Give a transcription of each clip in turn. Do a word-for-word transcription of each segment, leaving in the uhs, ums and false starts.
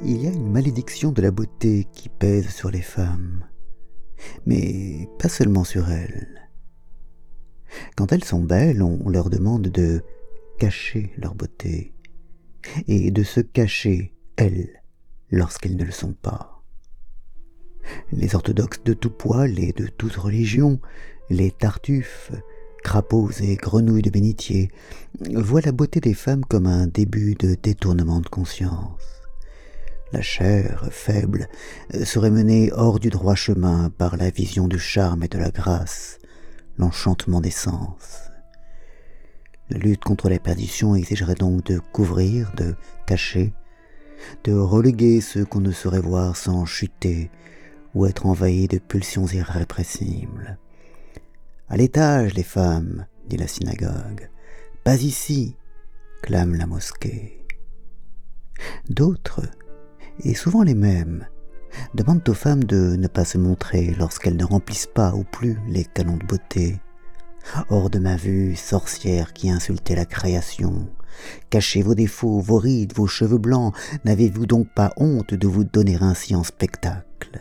Il y a une malédiction de la beauté qui pèse sur les femmes, mais pas seulement sur elles. Quand elles sont belles, on leur demande de cacher leur beauté, et de se cacher, elles, lorsqu'elles ne le sont pas. Les orthodoxes de tout poil et de toute religion, les tartuffes, crapauds et grenouilles de bénitier, voient la beauté des femmes comme un début de détournement de conscience. La chair, faible, serait menée hors du droit chemin par la vision du charme et de la grâce, l'enchantement des sens. La lutte contre la perdition exigerait donc de couvrir, de cacher, de reléguer ceux qu'on ne saurait voir sans chuter ou être envahis de pulsions irrépressibles. « À l'étage, les femmes, dit la synagogue. « Pas ici, clame la mosquée. » D'autres, et souvent les mêmes, demandent aux femmes de ne pas se montrer lorsqu'elles ne remplissent pas ou plus les canons de beauté. Hors de ma vue, sorcière qui insultez la création, cachez vos défauts, vos rides, vos cheveux blancs, n'avez-vous donc pas honte de vous donner ainsi en spectacle?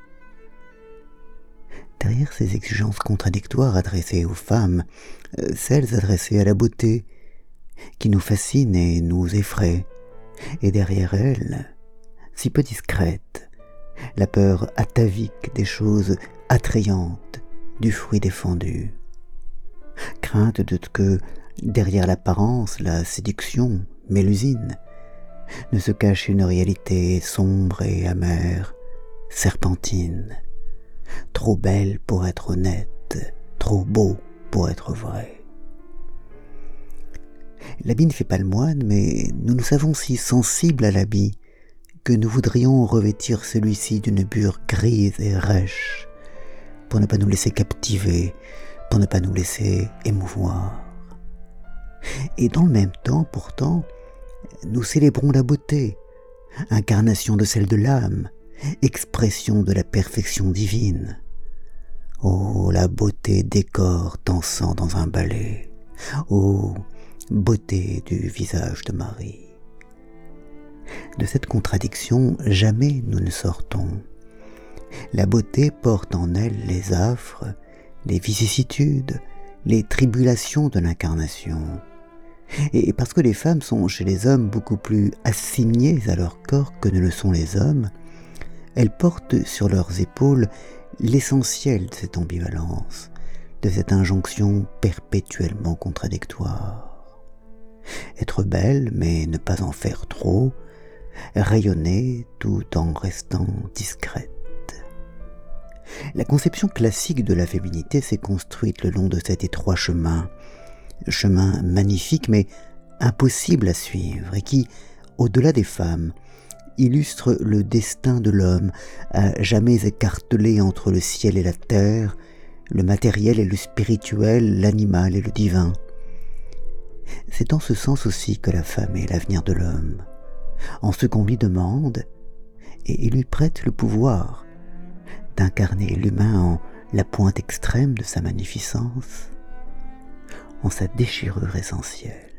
Derrière ces exigences contradictoires adressées aux femmes, celles adressées à la beauté, qui nous fascinent et nous effraient, et derrière elles, si peu discrètes, la peur atavique des choses attrayantes, du fruit défendu. Crainte de que, derrière l'apparence, la séduction, mélusine, ne se cache une réalité sombre et amère, serpentine, trop belle pour être honnête, trop beau pour être vrai. L'habit ne fait pas le moine, mais nous nous savons si sensibles à l'habit que nous voudrions revêtir celui-ci d'une bure grise et rêche, pour ne pas nous laisser captiver, pour ne pas nous laisser émouvoir. Et dans le même temps, pourtant, nous célébrons la beauté, incarnation de celle de l'âme, expression de la perfection divine. Oh, la beauté décor dansant dans un ballet. Oh, beauté du visage de Marie. De cette contradiction, jamais nous ne sortons. La beauté porte en elle les affres, les vicissitudes, les tribulations de l'incarnation. Et parce que les femmes sont chez les hommes beaucoup plus assignées à leur corps que ne le sont les hommes, elles portent sur leurs épaules l'essentiel de cette ambivalence, de cette injonction perpétuellement contradictoire. Être belle, mais ne pas en faire trop, rayonner tout en restant discrète. La conception classique de la féminité s'est construite le long de cet étroit chemin, chemin magnifique mais impossible à suivre et qui, au-delà des femmes, illustre le destin de l'homme à jamais écartelé entre le ciel et la terre, le matériel et le spirituel, l'animal et le divin. C'est en ce sens aussi que la femme est l'avenir de l'homme, en ce qu'on lui demande et il lui prête le pouvoir d'incarner l'humain en la pointe extrême de sa magnificence, en sa déchirure essentielle.